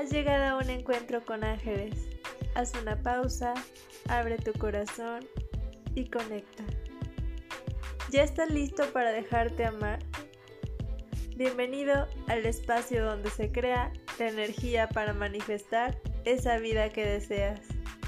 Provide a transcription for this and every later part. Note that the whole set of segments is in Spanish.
Has llegado a un encuentro con ángeles. Haz una pausa, abre tu corazón y conecta. ¿Ya estás listo para dejarte amar? Bienvenido al espacio donde se crea la energía para manifestar esa vida que deseas.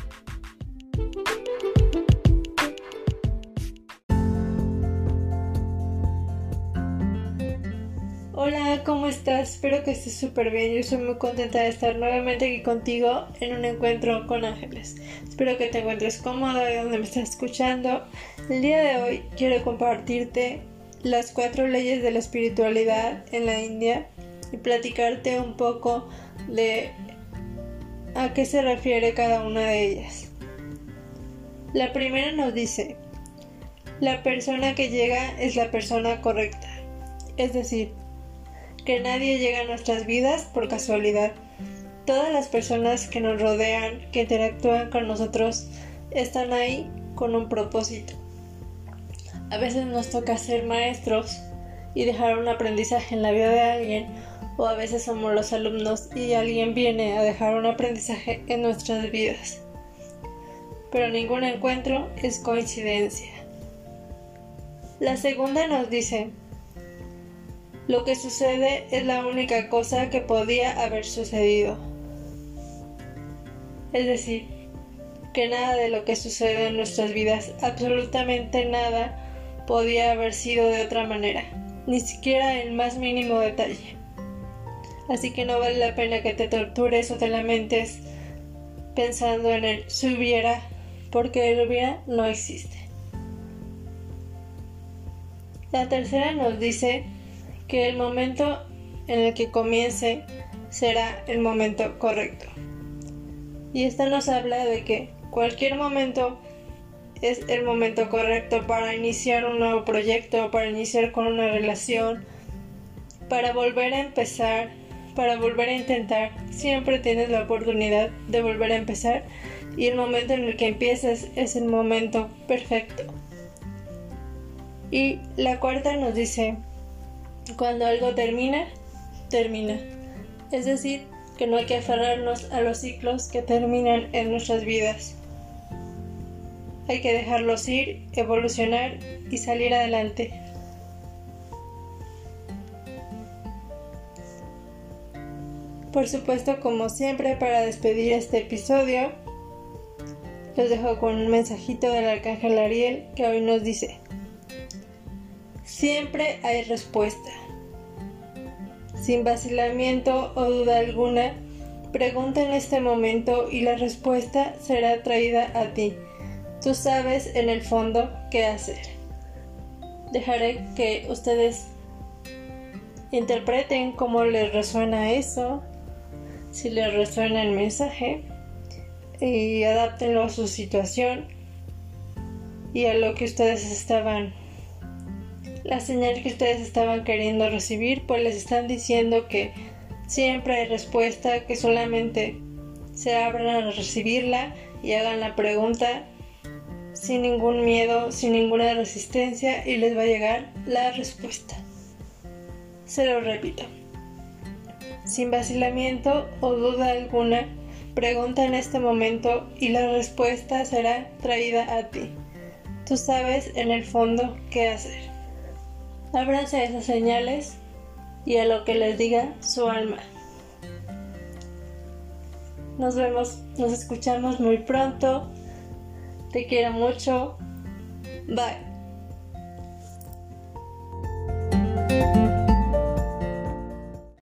Hola, ¿cómo estás? Espero que estés súper bien. Yo estoy muy contenta de estar nuevamente aquí contigo en un encuentro con ángeles. Espero que te encuentres cómodo ahí donde me estás escuchando. El día de hoy quiero compartirte las 4 leyes de la espiritualidad en la India y platicarte un poco de a qué se refiere cada una de ellas. La primera nos dice: la persona que llega es la persona correcta. Es decir, que nadie llega a nuestras vidas por casualidad. Todas las personas que nos rodean, que interactúan con nosotros, están ahí con un propósito. A veces nos toca ser maestros y dejar un aprendizaje en la vida de alguien, o a veces somos los alumnos y alguien viene a dejar un aprendizaje en nuestras vidas. Pero ningún encuentro es coincidencia. La segunda nos dice: lo que sucede es la única cosa que podía haber sucedido. Es decir, que nada de lo que sucede en nuestras vidas, absolutamente nada, podía haber sido de otra manera, ni siquiera el más mínimo detalle. Así que no vale la pena que te tortures o te lamentes pensando en el si hubiera, porque el hubiera no existe. La tercera nos dice que el momento en el que comience será el momento correcto. Y esta nos habla de que cualquier momento es el momento correcto para iniciar un nuevo proyecto, para iniciar con una relación, para volver a empezar, para volver a intentar. Siempre tienes la oportunidad de volver a empezar y el momento en el que empieces es el momento perfecto. Y la cuarta nos dice: cuando algo termina, termina. Es decir, que no hay que aferrarnos a los ciclos que terminan en nuestras vidas. Hay que dejarlos ir, evolucionar y salir adelante. Por supuesto, como siempre, para despedir este episodio, los dejo con un mensajito del Arcángel Ariel que hoy nos dice: siempre hay respuesta. Sin vacilamiento o duda alguna, pregunta en este momento y la respuesta será traída a ti. Tú sabes en el fondo qué hacer. Dejaré que ustedes interpreten cómo les resuena eso, si les resuena el mensaje, y adáptenlo a su situación y a lo que ustedes la señal que ustedes estaban queriendo recibir, pues les están diciendo que siempre hay respuesta, que solamente se abran a recibirla y hagan la pregunta sin ningún miedo, sin ninguna resistencia, y les va a llegar la respuesta. Se lo repito: sin vacilamiento o duda alguna, pregunta en este momento y la respuesta será traída a ti. Tú sabes en el fondo qué hacer. Ábranse a esas señales y a lo que les diga su alma. Nos escuchamos muy pronto. Te quiero mucho. Bye.